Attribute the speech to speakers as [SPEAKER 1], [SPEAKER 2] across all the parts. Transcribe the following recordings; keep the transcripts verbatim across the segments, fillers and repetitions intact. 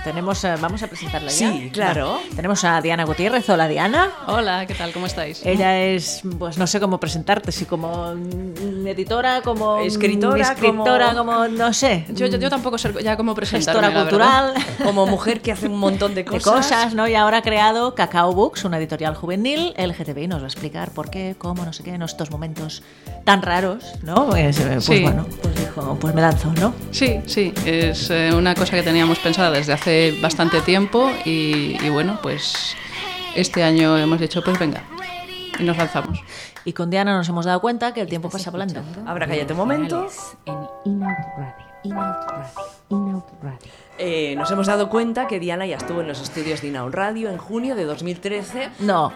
[SPEAKER 1] tenemos, uh, vamos a presentarla ya.
[SPEAKER 2] Sí, claro.
[SPEAKER 1] Va. Tenemos a Diana Gutiérrez. Hola, Diana.
[SPEAKER 3] Hola, ¿qué tal? ¿Cómo estáis?
[SPEAKER 1] Ella es, pues no sé cómo presentarte, si como editora, como
[SPEAKER 2] escritora,
[SPEAKER 1] escritora
[SPEAKER 2] como,
[SPEAKER 1] como no sé.
[SPEAKER 3] Yo, yo, yo tampoco sé ya cómo presentarme,
[SPEAKER 1] gestora cultural,
[SPEAKER 2] como mujer que hace un montón de cosas.
[SPEAKER 1] de cosas, ¿no? Y ahora ha creado Cacao Books, una editorial juvenil L G T B I. Nos va a explicar por qué, cómo, no sé qué, en estos momentos tan raros, ¿no? Pues, pues
[SPEAKER 3] sí.
[SPEAKER 1] bueno, pues dijo, pues me lanzo, ¿no?
[SPEAKER 3] Sí, sí, es eh, una cosa que teníamos pensada desde hace bastante tiempo y, y bueno, pues este año hemos dicho, pues venga, y nos lanzamos.
[SPEAKER 1] Y con Diana nos hemos dado cuenta que el tiempo pasa volando.
[SPEAKER 2] Ahora cállate un momento.
[SPEAKER 4] En Inout Radio, Inout Radio, Inout Radio.
[SPEAKER 2] Eh, nos hemos dado cuenta que Diana ya estuvo en los estudios de Inout Radio en junio de dos mil trece.
[SPEAKER 1] No,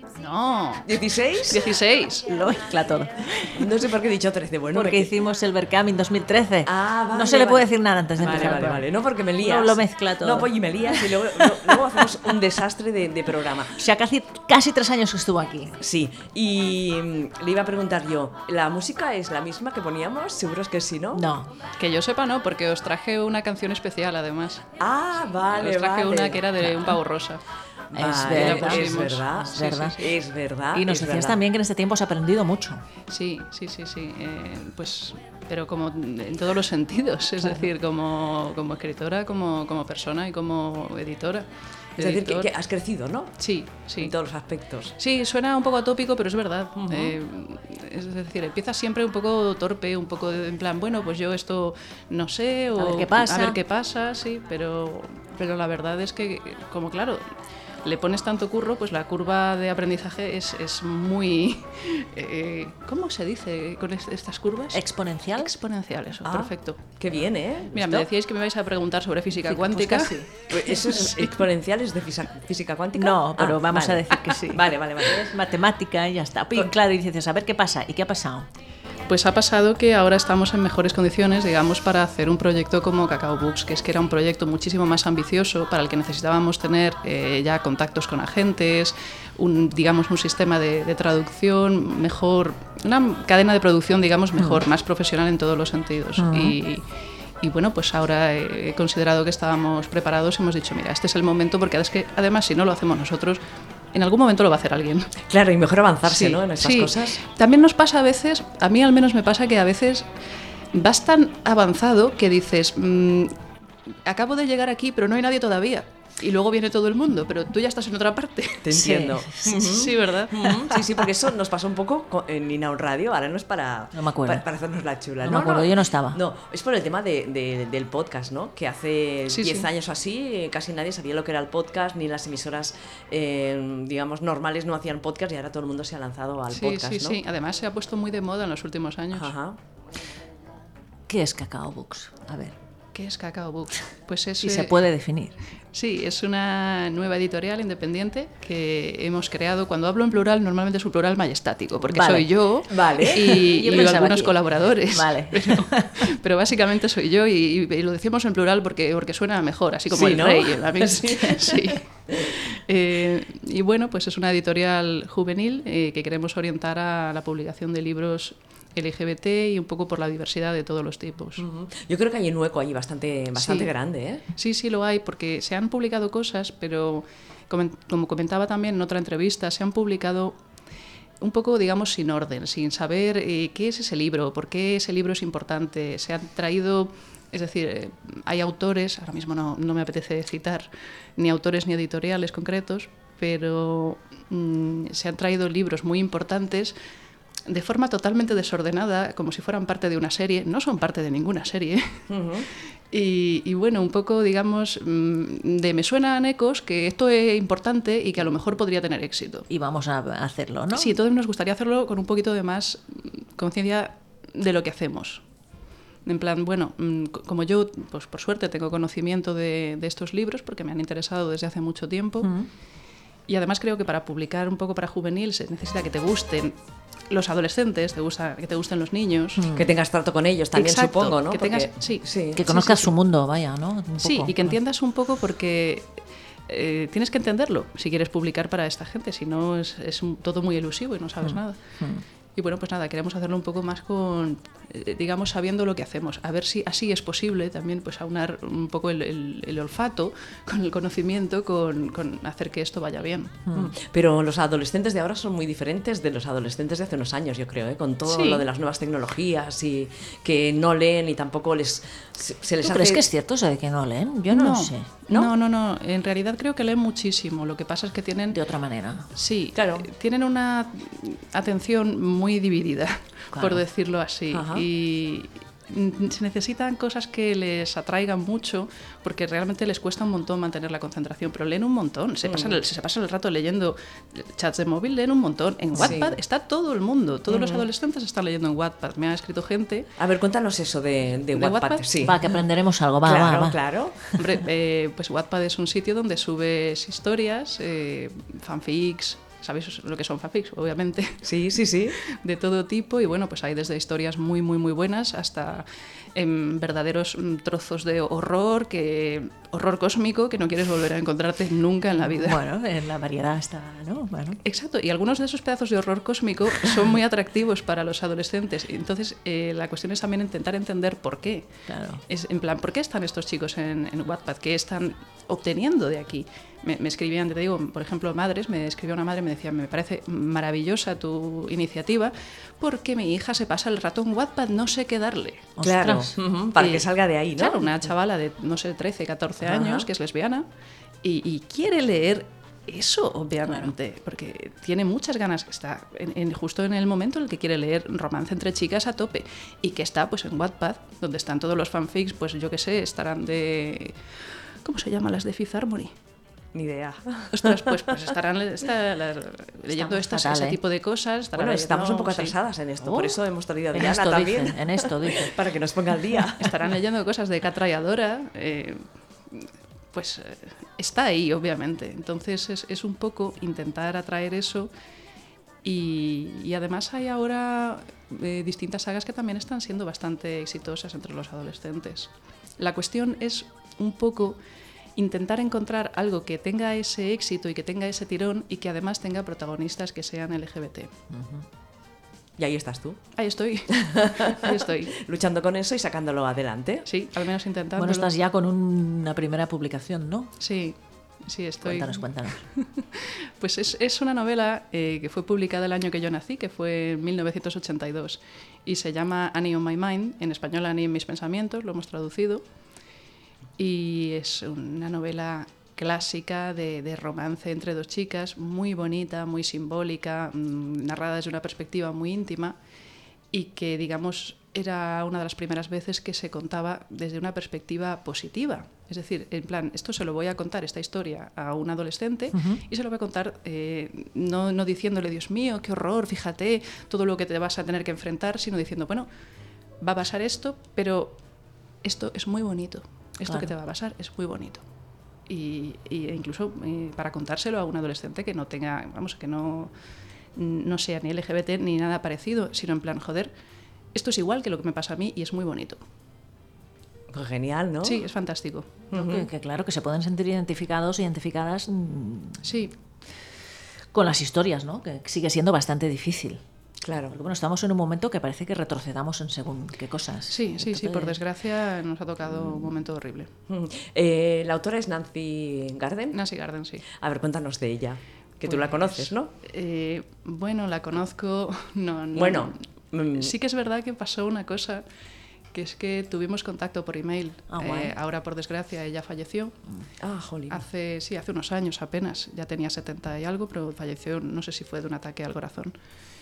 [SPEAKER 3] No,
[SPEAKER 2] ¿dieciséis?
[SPEAKER 3] dieciséis.
[SPEAKER 1] lo mezcla todo.
[SPEAKER 2] No sé por qué he dicho trece. Bueno,
[SPEAKER 1] Porque
[SPEAKER 2] me...
[SPEAKER 1] hicimos el Berkami en dos mil trece.
[SPEAKER 2] Ah, vale,
[SPEAKER 1] no se le
[SPEAKER 2] vale.
[SPEAKER 1] puede decir nada antes de
[SPEAKER 2] Vale,
[SPEAKER 1] empezar.
[SPEAKER 2] vale,
[SPEAKER 1] el
[SPEAKER 2] vale.
[SPEAKER 1] programa.
[SPEAKER 2] No, porque me lías.
[SPEAKER 1] No, lo mezcla todo.
[SPEAKER 2] No, pues y me lías y luego, luego, luego hacemos un desastre de, de programa.
[SPEAKER 1] O sea, casi, casi tres años que estuvo aquí.
[SPEAKER 2] Sí, y mm, le iba a preguntar yo, ¿la música es la misma que poníamos? Seguro es que sí, ¿no?
[SPEAKER 1] No.
[SPEAKER 3] Que yo sepa, no, porque os traje una canción especial además.
[SPEAKER 2] Ah, vale,
[SPEAKER 3] Os traje
[SPEAKER 2] vale.
[SPEAKER 3] una que era de un pavo rosa.
[SPEAKER 2] Vale,
[SPEAKER 1] Es
[SPEAKER 3] verdad.
[SPEAKER 2] es verdad,
[SPEAKER 1] Es verdad.
[SPEAKER 2] es verdad.
[SPEAKER 1] Y nos
[SPEAKER 2] es
[SPEAKER 1] decías
[SPEAKER 2] verdad.
[SPEAKER 1] también que en este tiempo has aprendido mucho.
[SPEAKER 3] Sí, sí, sí, sí. Eh, pues, pero como en todos los sentidos, es decir, como, como escritora, como, como persona y como editora.
[SPEAKER 2] Es decir, que,
[SPEAKER 3] editor.
[SPEAKER 2] que has crecido, ¿no?
[SPEAKER 3] Sí, sí.
[SPEAKER 2] En todos los aspectos.
[SPEAKER 3] Sí, suena un poco atópico, pero es verdad. Eh, es decir, empiezas siempre un poco torpe, un poco de- en plan, bueno, pues yo esto no sé, o
[SPEAKER 1] A ver qué pasa.
[SPEAKER 3] a ver qué pasa, sí, pero, pero la verdad es que, como claro, le pones tanto curro, pues la curva de aprendizaje es, es muy... eh, ¿Cómo se dice con est- estas curvas?
[SPEAKER 1] ¿Exponencial?
[SPEAKER 3] Exponencial, eso,
[SPEAKER 2] Ah,
[SPEAKER 3] perfecto.
[SPEAKER 2] Qué bien, ¿eh?
[SPEAKER 3] Mira,
[SPEAKER 2] ¿Esto?
[SPEAKER 3] me decíais que me vais a preguntar sobre física
[SPEAKER 1] Sí, pues
[SPEAKER 3] cuántica.
[SPEAKER 1] casi.
[SPEAKER 2] Pues ¿eso es exponenciales de física, física cuántica?
[SPEAKER 1] No, pero
[SPEAKER 2] Ah,
[SPEAKER 1] vamos
[SPEAKER 2] vale.
[SPEAKER 1] a decir que sí.
[SPEAKER 2] Vale, vale, vale.
[SPEAKER 1] Es matemática y ya está. Y claro, y dices, a ver qué pasa. ¿Y qué ha pasado?
[SPEAKER 3] Pues ha pasado que ahora estamos en mejores condiciones, digamos, para hacer un proyecto como Cacao Books, que es que era un proyecto muchísimo más ambicioso para el que necesitábamos tener eh, ya contactos con agentes, un, digamos, un sistema de, de traducción mejor, una cadena de producción, digamos, mejor, más profesional en todos los sentidos. Y, y bueno, pues ahora he considerado que estábamos preparados y hemos dicho, mira, este es el momento, porque es que además si no lo hacemos nosotros, en algún momento lo va a hacer alguien.
[SPEAKER 2] Claro, y mejor avanzarse,
[SPEAKER 3] Sí,
[SPEAKER 2] ¿no? En estas
[SPEAKER 3] sí.
[SPEAKER 2] cosas.
[SPEAKER 3] También nos pasa a veces, a mí al menos me pasa que a veces vas tan avanzado que dices, mmm, acabo de llegar aquí, pero no hay nadie todavía. Y luego viene todo el mundo, pero tú ya estás en otra parte.
[SPEAKER 2] Te
[SPEAKER 1] Sí.
[SPEAKER 2] entiendo.
[SPEAKER 3] Sí, sí, ¿verdad?
[SPEAKER 2] Ujú, Sí, sí, porque eso nos pasó un poco co- en Inaun Radio, ahora no es para,
[SPEAKER 1] No me acuerdo.
[SPEAKER 2] para, para hacernos la chula.
[SPEAKER 1] No me acuerdo, yo no estaba.
[SPEAKER 2] No, es por el tema de, de- del podcast, ¿no? Que hace
[SPEAKER 3] Sí,
[SPEAKER 2] diez
[SPEAKER 3] sí.
[SPEAKER 2] años o así eh, casi nadie sabía lo que era el podcast, ni las emisoras, eh, digamos, normales no hacían podcast y ahora todo el mundo se ha lanzado al
[SPEAKER 3] Sí,
[SPEAKER 2] podcast,
[SPEAKER 3] sí,
[SPEAKER 2] ¿no?
[SPEAKER 3] sí. Además se ha puesto muy de moda en los últimos años.
[SPEAKER 2] Ajá.
[SPEAKER 1] ¿Qué es Cacao Books? A ver,
[SPEAKER 3] ¿Qué es Cacao Books? Pues es,
[SPEAKER 1] si
[SPEAKER 3] eh,
[SPEAKER 1] se puede definir.
[SPEAKER 3] Sí, es una nueva editorial independiente que hemos creado. Cuando hablo en plural, normalmente es un plural majestático, porque
[SPEAKER 1] Vale.
[SPEAKER 3] soy yo
[SPEAKER 2] Vale.
[SPEAKER 3] y,
[SPEAKER 1] Yo
[SPEAKER 3] y
[SPEAKER 1] pensaba
[SPEAKER 3] algunos
[SPEAKER 1] que-
[SPEAKER 3] colaboradores.
[SPEAKER 1] Vale.
[SPEAKER 3] Pero, pero básicamente soy yo y, y lo decimos en plural porque, porque suena mejor, así como
[SPEAKER 2] Sí,
[SPEAKER 3] el
[SPEAKER 2] ¿no?
[SPEAKER 3] rey. En la mis-
[SPEAKER 2] Sí.
[SPEAKER 3] sí. Eh, y bueno, pues es una editorial juvenil eh, que queremos orientar a la publicación de libros L G B T y un poco por la diversidad de todos los tipos.
[SPEAKER 2] Ujú. Yo creo que hay un hueco ahí bastante, bastante
[SPEAKER 3] Sí.
[SPEAKER 2] grande, ¿eh?
[SPEAKER 3] Sí, sí lo hay, porque se han publicado cosas, pero comen- como comentaba también en otra entrevista, se han publicado un poco, digamos, sin orden, sin saber eh, qué es ese libro, por qué ese libro es importante. Se han traído, es decir, eh, hay autores, ahora mismo no, no me apetece citar ni autores ni editoriales concretos, pero mm, se han traído libros muy importantes de forma totalmente desordenada, como si fueran parte de una serie. No son parte de ninguna serie.
[SPEAKER 2] Ujú.
[SPEAKER 3] Y, y bueno, un poco, digamos, mm, de me suenan ecos que esto es importante y que a lo mejor podría tener éxito.
[SPEAKER 1] Y vamos a hacerlo, ¿no?
[SPEAKER 3] Sí, entonces nos gustaría hacerlo con un poquito de más mm, conciencia de lo que hacemos. En plan, bueno, mm, co- como yo, pues por suerte tengo conocimiento de, de estos libros porque me han interesado desde hace mucho tiempo.
[SPEAKER 1] Mm.
[SPEAKER 3] Y además creo que para publicar un poco para juvenil se necesita que te gusten los adolescentes, te gusta, que te gusten los niños.
[SPEAKER 2] Que tengas trato con ellos también,
[SPEAKER 3] Exacto,
[SPEAKER 2] supongo, ¿no?
[SPEAKER 3] que
[SPEAKER 2] Porque-
[SPEAKER 3] tengas- sí.
[SPEAKER 2] sí.
[SPEAKER 1] Que conozcas
[SPEAKER 3] sí, sí.
[SPEAKER 1] su mundo, vaya, ¿no? Un
[SPEAKER 3] Sí,
[SPEAKER 1] poco.
[SPEAKER 3] y que entiendas un poco porque eh, tienes que entenderlo si quieres publicar para esta gente, si no es, es un- todo muy elusivo y no sabes nada. Y bueno, pues nada, queremos hacerlo un poco más con, eh, digamos, sabiendo lo que hacemos. A ver si así es posible también pues aunar un poco el, el, el olfato con el conocimiento, con, con hacer que esto vaya bien.
[SPEAKER 2] Mm. Pero los adolescentes de ahora son muy diferentes de los adolescentes de hace unos años, yo creo, ¿eh? Con todo
[SPEAKER 3] Sí.
[SPEAKER 2] lo de las nuevas tecnologías y que no leen y tampoco les se, se les
[SPEAKER 1] ¿Tú
[SPEAKER 2] hace...
[SPEAKER 1] crees que es cierto eso de que no leen? Yo no, lo sé.
[SPEAKER 2] ¿No?
[SPEAKER 3] ¿No? no, no, no. En realidad creo que leen muchísimo. Lo que pasa es que tienen...
[SPEAKER 1] De otra manera.
[SPEAKER 3] Sí,
[SPEAKER 2] Claro.
[SPEAKER 3] eh, tienen una atención muy dividida,
[SPEAKER 1] Claro.
[SPEAKER 3] por decirlo así.
[SPEAKER 2] Ajá.
[SPEAKER 3] Y mm, se necesitan cosas que les atraigan mucho, porque realmente les cuesta un montón mantener la concentración, pero leen un montón. Se pasan el, se pasan el rato leyendo chats de móvil, leen un montón. En
[SPEAKER 2] Sí.
[SPEAKER 3] Wattpad está todo el mundo, todos los adolescentes están leyendo en Wattpad. Me ha escrito gente.
[SPEAKER 2] A ver, cuéntanos eso de, de,
[SPEAKER 3] ¿De
[SPEAKER 2] Wattpad.
[SPEAKER 3] Wattpad?
[SPEAKER 2] Sí.
[SPEAKER 1] Va, que aprenderemos algo. Va,
[SPEAKER 2] claro,
[SPEAKER 1] va, va.
[SPEAKER 2] claro.
[SPEAKER 3] Hombre, eh, pues Wattpad es un sitio donde subes historias, eh, fanfics. ¿Sabéis lo que son fanfics? Obviamente.
[SPEAKER 2] Sí, sí, sí.
[SPEAKER 3] De todo tipo, y bueno, pues hay desde historias muy, muy, muy buenas hasta em, verdaderos mm, trozos de horror, que horror cósmico que no quieres volver a encontrarte nunca en la vida.
[SPEAKER 1] Bueno, en la variedad está, ¿no? Bueno.
[SPEAKER 3] Exacto, y algunos de esos pedazos de horror cósmico son muy atractivos para los adolescentes. Entonces, eh, la cuestión es también intentar entender por qué.
[SPEAKER 1] Claro.
[SPEAKER 3] Es, en plan, ¿por qué están estos chicos en, en Wattpad? ¿Qué están obteniendo de aquí? Me, me escribían, te digo, por ejemplo, madres, me escribió una madre y me decía, me parece maravillosa tu iniciativa porque mi hija se pasa el rato en Wattpad, no sé qué darle.
[SPEAKER 2] Claro.
[SPEAKER 1] Ostras.
[SPEAKER 2] Ujú, para
[SPEAKER 3] Y,
[SPEAKER 2] que salga de ahí, ¿no?
[SPEAKER 3] Claro, una chavala de, no sé, trece, catorce
[SPEAKER 2] Ajá.
[SPEAKER 3] años, que es lesbiana, y, y quiere leer eso, obviamente, porque tiene muchas ganas, está en, en- justo en el momento en el que quiere leer romance entre chicas a tope, y que está pues en Wattpad, donde están todos los fanfics, pues yo qué sé, estarán de... ¿Cómo se llaman las de Fifth Harmony?
[SPEAKER 2] Ni idea.
[SPEAKER 3] Ostras, pues, pues estarán le- está- la- leyendo
[SPEAKER 1] Estamos
[SPEAKER 3] estas,
[SPEAKER 1] fatal,
[SPEAKER 3] ese
[SPEAKER 1] ¿eh?
[SPEAKER 3] tipo de cosas. estarán
[SPEAKER 2] Bueno,
[SPEAKER 3] leyendo-
[SPEAKER 2] estamos un poco
[SPEAKER 3] sí.
[SPEAKER 2] atrasadas en esto,
[SPEAKER 1] Oh.
[SPEAKER 2] por eso hemos traído a
[SPEAKER 1] En
[SPEAKER 2] Diana
[SPEAKER 1] esto
[SPEAKER 2] también.
[SPEAKER 1] dice, en esto dice.
[SPEAKER 2] Para que nos ponga al día.
[SPEAKER 3] Estarán leyendo cosas de Catra y Adora, eh, pues eh, está ahí, obviamente. Entonces es, es un poco intentar atraer eso. Y, y además hay ahora eh, distintas sagas que también están siendo bastante exitosas entre los adolescentes. La cuestión es un poco intentar encontrar algo que tenga ese éxito y que tenga ese tirón y que además tenga protagonistas que sean L G B T.
[SPEAKER 2] Y ahí estás tú,
[SPEAKER 3] Ahí estoy, ahí estoy.
[SPEAKER 2] luchando con eso y sacándolo adelante.
[SPEAKER 3] Sí, al menos intentando.
[SPEAKER 1] Bueno, estás ya con una primera publicación, ¿no?
[SPEAKER 3] Sí, sí, estoy.
[SPEAKER 1] Cuéntanos, cuéntanos.
[SPEAKER 3] Pues es, es una novela eh, que fue publicada el año que yo nací, que fue en mil novecientos ochenta y dos, y se llama Annie on My Mind, en español Annie en mis pensamientos, lo hemos traducido, y es una novela clásica de, de romance entre dos chicas, muy bonita, muy simbólica, mmm, narrada desde una perspectiva muy íntima, y que, digamos, era una de las primeras veces que se contaba desde una perspectiva positiva. Es decir, en plan, esto se lo voy a contar, esta historia, a un adolescente, uh-huh. y se lo voy a contar eh, no, no diciéndole, Dios mío, qué horror, fíjate, todo lo que te vas a tener que enfrentar, sino diciendo, bueno, va a pasar esto, pero esto es muy bonito. Esto claro. que te va a pasar es muy bonito. Y, y incluso eh, para contárselo a un adolescente que no tenga, vamos, que no, no sea ni L G B T ni nada parecido, sino en plan, joder, esto es igual que lo que me pasa a mí y es muy bonito.
[SPEAKER 2] Pues genial, ¿no?
[SPEAKER 3] Sí, es fantástico.
[SPEAKER 1] Uh-huh. que, que claro, que se pueden sentir identificados, identificadas mmm,
[SPEAKER 3] sí.
[SPEAKER 1] con las historias, ¿no? Que sigue siendo bastante difícil.
[SPEAKER 2] Claro.
[SPEAKER 1] Porque bueno, estamos en un momento que parece que retrocedamos en según qué cosas.
[SPEAKER 3] Sí, sí,
[SPEAKER 1] Entonces...
[SPEAKER 3] sí, por desgracia nos ha tocado un momento horrible.
[SPEAKER 2] Mm. Eh, la autora es Nancy Garden.
[SPEAKER 3] Nancy Garden, sí.
[SPEAKER 2] A ver, cuéntanos de ella, que pues, tú la conoces, ¿no?
[SPEAKER 3] Eh, bueno, la conozco, no, no.
[SPEAKER 2] Bueno.
[SPEAKER 3] Mm. Sí que es verdad que pasó una cosa, que es que tuvimos contacto por email.
[SPEAKER 1] Ah,
[SPEAKER 3] eh, ahora, por desgracia, ella falleció.
[SPEAKER 2] Ah, jolín.
[SPEAKER 3] Hace, sí, hace unos años apenas. Ya tenía setenta y algo, pero falleció, no sé si fue de un ataque al corazón.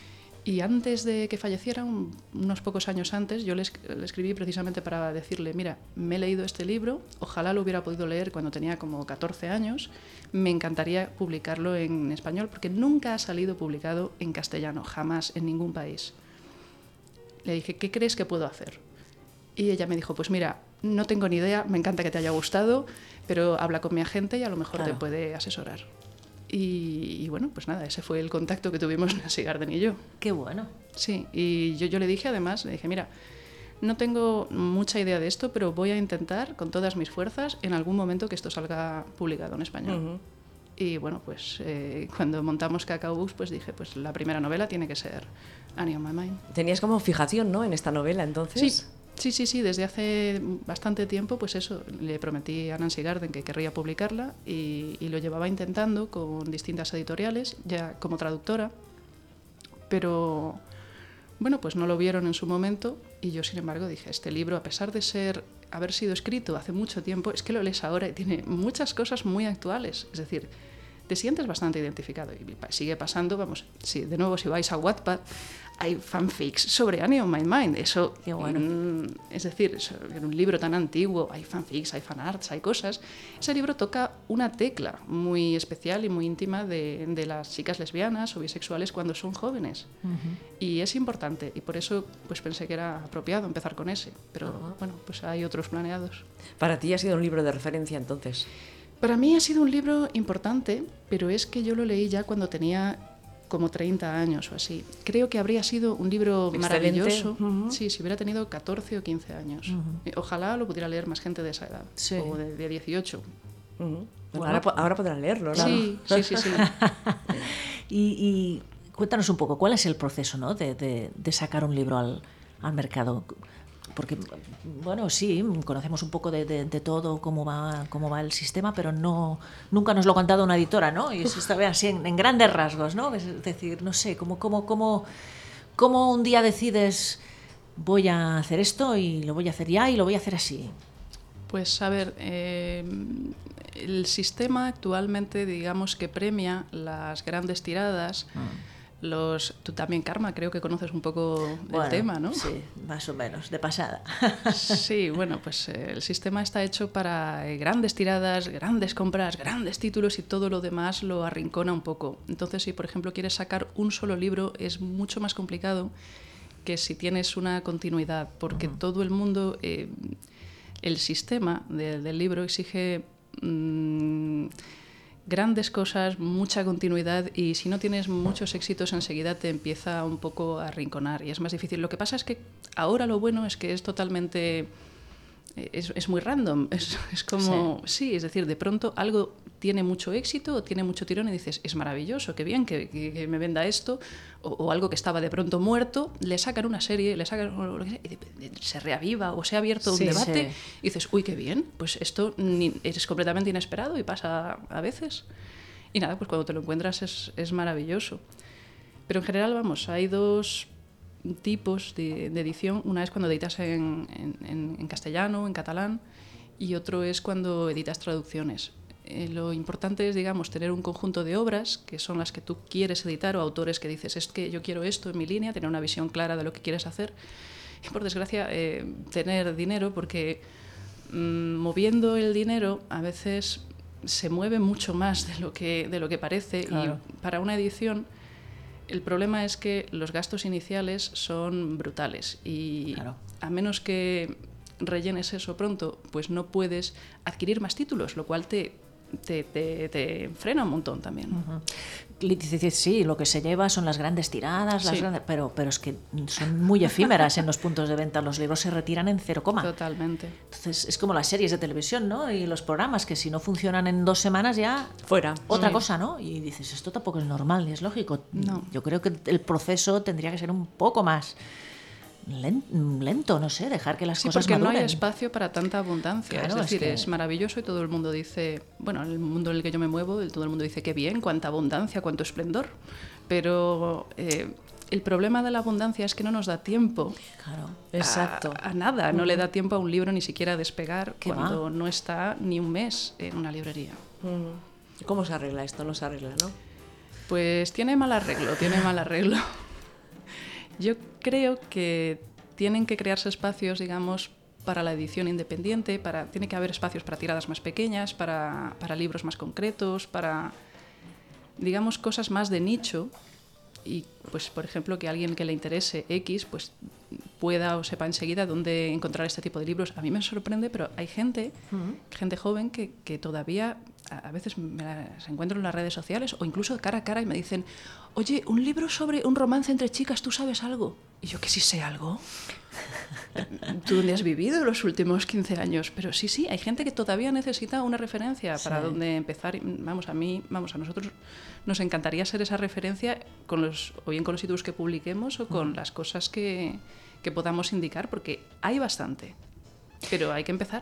[SPEAKER 3] Y antes de que falleciera, un, unos pocos años antes, yo le, le escribí precisamente para decirle, mira, me he leído este libro, ojalá lo hubiera podido leer cuando tenía como catorce años, me encantaría publicarlo en español, porque nunca ha salido publicado en castellano, jamás, en ningún país. Le dije, ¿qué crees que puedo hacer? Y ella me dijo, pues mira, no tengo ni idea, me encanta que te haya gustado, pero habla con mi agente y a lo mejor claro. te puede asesorar. Y, y bueno, pues nada, ese fue el contacto que tuvimos Nancy Garden y yo.
[SPEAKER 1] Qué bueno.
[SPEAKER 3] Sí, y yo, yo le dije además, le dije, mira, no tengo mucha idea de esto, pero voy a intentar con todas mis fuerzas en algún momento que esto salga publicado en español. Uh-huh. Y bueno, pues eh, cuando montamos Cacao Books, pues dije, pues la primera novela tiene que ser Annie on My Mind.
[SPEAKER 2] Tenías como fijación, ¿no?, en esta novela, entonces.
[SPEAKER 3] Sí, sí, sí, sí, desde hace bastante tiempo, pues eso, le prometí a Nancy Garden que querría publicarla y, y lo llevaba intentando con distintas editoriales, ya como traductora, pero bueno, pues no lo vieron en su momento y yo, sin embargo, dije, este libro, a pesar de ser haber sido escrito hace mucho tiempo, es que lo lees ahora y tiene muchas cosas muy actuales, es decir, te sientes bastante identificado y sigue pasando, vamos, si de nuevo si vais a Wattpad hay fanfics sobre Annie on My Mind, eso,
[SPEAKER 1] Qué bueno.
[SPEAKER 3] mm, es decir, es un libro tan antiguo, hay fanfics, hay fanarts, hay cosas, ese libro toca una tecla muy especial y muy íntima de, de las chicas lesbianas o bisexuales cuando son jóvenes, uh-huh. Y es importante y por eso pues pensé que era apropiado empezar con ese, pero uh-huh. Bueno, pues hay otros planeados.
[SPEAKER 2] Para ti ha sido un libro de referencia entonces.
[SPEAKER 3] Para mí ha sido un libro importante, pero es que yo lo leí ya cuando tenía como treinta años o así. Creo que habría sido un libro
[SPEAKER 2] excelente.
[SPEAKER 3] Maravilloso,
[SPEAKER 2] uh-huh.
[SPEAKER 3] Sí, si hubiera tenido catorce o quince años. Uh-huh. Ojalá lo pudiera leer más gente de esa edad,
[SPEAKER 1] sí.
[SPEAKER 3] O de, de dieciocho.
[SPEAKER 2] Uh-huh. Bueno, ahora, ahora podrán leerlo, ¿no?
[SPEAKER 3] Sí, sí, sí. sí.
[SPEAKER 1] y, y cuéntanos un poco, ¿cuál es el proceso, ¿no?, de, de, de sacar un libro al, al mercado? Porque, bueno, sí, conocemos un poco de, de, de todo, cómo va, cómo va el sistema, pero no, nunca nos lo ha contado una editora, ¿no? Y eso está así en, en grandes rasgos, ¿no? Es decir, no sé, ¿cómo, cómo, cómo, cómo un día decides voy a hacer esto y lo voy a hacer ya y lo voy a hacer así?
[SPEAKER 3] Pues, a ver, eh, el sistema actualmente, digamos que premia las grandes tiradas. Mm. Los, tú también, Karma, creo que conoces un poco del
[SPEAKER 1] bueno,
[SPEAKER 3] tema, ¿no?
[SPEAKER 1] Sí, más o menos, de pasada.
[SPEAKER 3] Sí, bueno, pues eh, el sistema está hecho para eh, grandes tiradas, grandes compras, grandes títulos y todo lo demás lo arrincona un poco. Entonces, si por ejemplo quieres sacar un solo libro, es mucho más complicado que si tienes una continuidad, porque uh-huh. todo el mundo, eh, el sistema de, del libro exige Mmm, grandes cosas, mucha continuidad y si no tienes muchos éxitos enseguida te empieza un poco a arrinconar y es más difícil. Lo que pasa es que ahora lo bueno es que es totalmente... Es, es muy random, es, es como... Sí. sí, es decir, de pronto algo tiene mucho éxito o tiene mucho tirón y dices, es maravilloso, qué bien que, que, que me venda esto, o, o algo que estaba de pronto muerto, le sacan una serie, le sacan lo que sea, y se reaviva o se ha abierto sí, un debate sí. Y dices, uy, qué bien, pues esto ni, es completamente inesperado y pasa a veces. Y nada, pues cuando te lo encuentras es, es maravilloso. Pero en general, vamos, hay dos tipos de, de edición. Una es cuando editas en, en, en castellano, en catalán, y otro es cuando editas traducciones. Eh, lo importante es, digamos, tener un conjunto de obras que son las que tú quieres editar o autores que dices, es que yo quiero esto en mi línea, tener una visión clara de lo que quieres hacer. Y por desgracia, eh, tener dinero, porque mmm, moviendo el dinero a veces se mueve mucho más de lo que, de lo que parece. Claro. Y para una edición el problema es que los gastos iniciales son brutales y claro. A menos que rellenes eso pronto, pues no puedes adquirir más títulos, lo cual te, te, te, te frena un montón también.
[SPEAKER 1] Uh-huh. Dices, sí, lo que se lleva son las grandes tiradas, las
[SPEAKER 3] sí.
[SPEAKER 1] grandes, pero, pero es que son muy efímeras en los puntos de venta, los libros se retiran en cero coma.
[SPEAKER 3] Totalmente.
[SPEAKER 1] Entonces es como las series de televisión, ¿no? Y los programas que si no funcionan en dos semanas ya...
[SPEAKER 2] Fuera.
[SPEAKER 1] Otra
[SPEAKER 3] sí.
[SPEAKER 1] cosa, ¿no? Y dices, esto tampoco es normal ni es lógico.
[SPEAKER 3] No.
[SPEAKER 1] Yo creo que el proceso tendría que ser un poco más... lento, no sé, dejar que las
[SPEAKER 3] sí,
[SPEAKER 1] cosas
[SPEAKER 3] maduren. Sí, porque
[SPEAKER 1] maduren.
[SPEAKER 3] no hay espacio para tanta abundancia.
[SPEAKER 1] Claro,
[SPEAKER 3] es decir,
[SPEAKER 1] es, que...
[SPEAKER 3] es maravilloso y todo el mundo dice, bueno, en el mundo en el que yo me muevo, todo el mundo dice qué bien, cuánta abundancia, cuánto esplendor. Pero eh, el problema de la abundancia es que no nos da tiempo
[SPEAKER 1] claro,
[SPEAKER 3] a,
[SPEAKER 2] exacto.
[SPEAKER 3] a nada. No uh-huh. le da tiempo a un libro ni siquiera a despegar cuando
[SPEAKER 1] va?
[SPEAKER 3] no está ni un mes en una librería.
[SPEAKER 2] Uh-huh. ¿Cómo se arregla esto? No se arregla, ¿no?
[SPEAKER 3] Pues tiene mal arreglo, tiene mal arreglo. Yo creo que tienen que crearse espacios, digamos, para la edición independiente, para, tiene que haber espacios para tiradas más pequeñas, para, para libros más concretos, para, digamos, cosas más de nicho y, pues, por ejemplo, que alguien que le interese X, pues, pueda o sepa enseguida dónde encontrar este tipo de libros. A mí me sorprende, pero hay gente, uh-huh. gente joven que, que todavía a veces me las encuentro en las redes sociales o incluso cara a cara y me dicen, oye, un libro sobre un romance entre chicas, ¿tú sabes algo? Y yo, que sí sé algo. ¿Tú dónde has vivido los últimos quince años? Pero sí, sí, hay gente que todavía necesita una referencia sí. para dónde empezar. Vamos, a mí, vamos, a nosotros nos encantaría ser esa referencia con los, o bien con los títulos que publiquemos o con uh-huh. las cosas que, que podamos indicar, porque hay bastante, pero hay que empezar.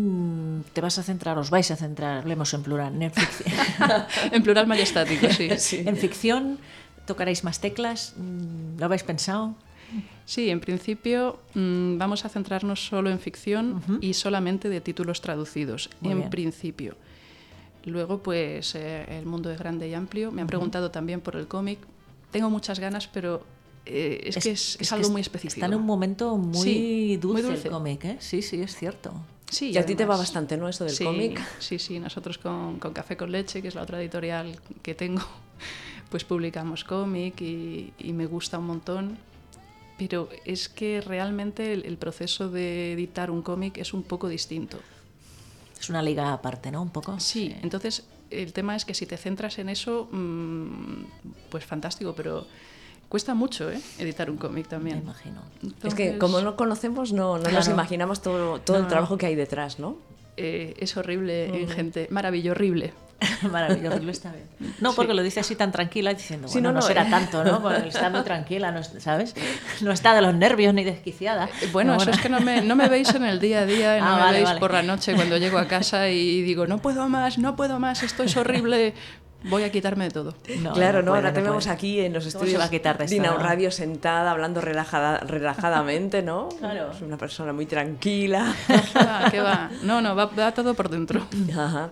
[SPEAKER 1] Te vas a centrar, os vais a centrar, hablemos en plural, en ficción.
[SPEAKER 3] En plural majestático, sí.
[SPEAKER 1] sí. En ficción tocaréis más teclas, ¿lo habéis pensado?
[SPEAKER 3] Sí, en principio mmm, vamos a centrarnos solo en ficción uh-huh. y solamente de títulos traducidos, Muy en bien. principio. Luego, pues, eh, el mundo es grande y amplio. Me han uh-huh. preguntado también por el cómic. Tengo muchas ganas, pero eh, es, es que es, es, es algo que muy específico.
[SPEAKER 1] Está en un momento muy,
[SPEAKER 3] sí,
[SPEAKER 1] dulce,
[SPEAKER 3] muy dulce
[SPEAKER 1] el cómic, ¿eh? Sí, sí, es cierto.
[SPEAKER 3] Sí,
[SPEAKER 2] y, y a además, ti te va bastante, ¿no? Esto del
[SPEAKER 3] sí,
[SPEAKER 2] cómic.
[SPEAKER 3] Sí, sí, nosotros con, con Café con Leche, que es la otra editorial que tengo, pues publicamos cómic y, y me gusta un montón. Pero es que realmente el, el proceso de editar un cómic es un poco distinto.
[SPEAKER 1] Es una liga aparte, ¿no? Un poco.
[SPEAKER 3] Sí,
[SPEAKER 1] sí.
[SPEAKER 3] Entonces el tema es que si te centras en eso, mmm, pues fantástico, pero cuesta mucho, ¿eh? Editar un cómic también.
[SPEAKER 1] Me imagino.
[SPEAKER 2] Entonces... Es que como no conocemos, no, no claro. nos imaginamos todo, todo no, el trabajo que hay detrás, ¿no?
[SPEAKER 3] Eh, es horrible, uh-huh. gente, maravilloso, horrible.
[SPEAKER 1] Maravilloso, horrible está bien. No, porque sí. lo dice así tan tranquila, diciendo,
[SPEAKER 2] sí,
[SPEAKER 1] bueno, no, no, no será eh. tanto, ¿no? Porque está muy tranquila, no, ¿sabes? No está de los nervios ni desquiciada.
[SPEAKER 3] Bueno,
[SPEAKER 1] eso
[SPEAKER 3] bueno. es que no me, no me veis en el día a día, no
[SPEAKER 1] ah,
[SPEAKER 3] me
[SPEAKER 1] vale,
[SPEAKER 3] veis
[SPEAKER 1] vale.
[SPEAKER 3] por la noche cuando llego a casa y digo, no puedo más, no puedo más, esto es horrible. Voy a quitarme de todo.
[SPEAKER 2] No, claro, no, no, ahora no te vemos puede. aquí en los estudios
[SPEAKER 1] de
[SPEAKER 2] Dinao Radio sentada, hablando relajada, relajadamente, ¿no?
[SPEAKER 1] Claro.
[SPEAKER 2] Es una persona muy tranquila.
[SPEAKER 3] ¿Qué va? ¿Qué va? No, no, va, va todo por dentro.
[SPEAKER 2] Ajá.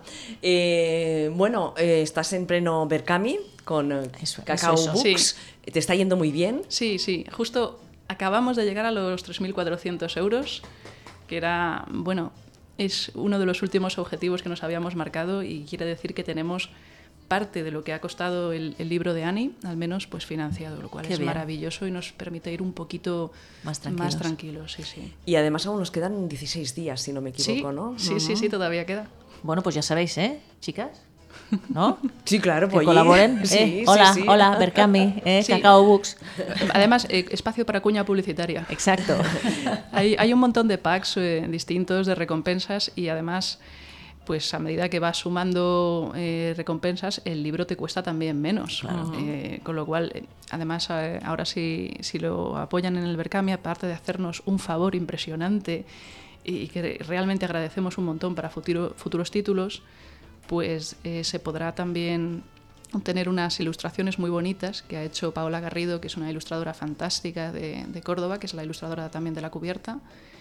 [SPEAKER 2] Eh, bueno, eh, estás en pleno Berkami con eso, Cacao eso, eso. Books. Sí. ¿Te está yendo muy bien?
[SPEAKER 3] Sí, sí. Justo acabamos de llegar a los tres mil cuatrocientos euros, que era, bueno, es uno de los últimos objetivos que nos habíamos marcado y quiere decir que tenemos parte de lo que ha costado el, el libro de Ani, al menos pues financiado, lo cual Qué es bien. maravilloso y nos permite ir un poquito
[SPEAKER 1] más tranquilos.
[SPEAKER 3] Más tranquilos sí, sí.
[SPEAKER 2] Y además aún nos quedan dieciséis días, si no me equivoco,
[SPEAKER 3] sí,
[SPEAKER 2] ¿no?
[SPEAKER 3] Sí,
[SPEAKER 2] uh-huh.
[SPEAKER 3] sí, sí, todavía queda.
[SPEAKER 1] Bueno, pues ya sabéis, ¿eh, chicas? ¿No?
[SPEAKER 2] Sí, claro,
[SPEAKER 1] que
[SPEAKER 2] pues
[SPEAKER 1] colaboren.
[SPEAKER 2] Sí,
[SPEAKER 1] ¿eh? Hola,
[SPEAKER 2] sí, sí.
[SPEAKER 1] hola, Berkami, ¿eh?
[SPEAKER 3] Sí.
[SPEAKER 1] Cacao Books.
[SPEAKER 3] Además, eh, espacio para cuña publicitaria.
[SPEAKER 1] Exacto.
[SPEAKER 3] hay, hay un montón de packs eh, distintos, de recompensas y además... pues a medida que vas sumando eh, recompensas, el libro te cuesta también menos.
[SPEAKER 1] Claro.
[SPEAKER 3] Eh, con lo cual, eh, además, eh, ahora si, si lo apoyan en el Berkami, aparte de hacernos un favor impresionante y, y que realmente agradecemos un montón para futuro, futuros títulos, pues eh, se podrá también obtener unas ilustraciones muy bonitas que ha hecho Paola Garrido, que es una ilustradora fantástica de, de Córdoba, que es la ilustradora también de La Cubierta.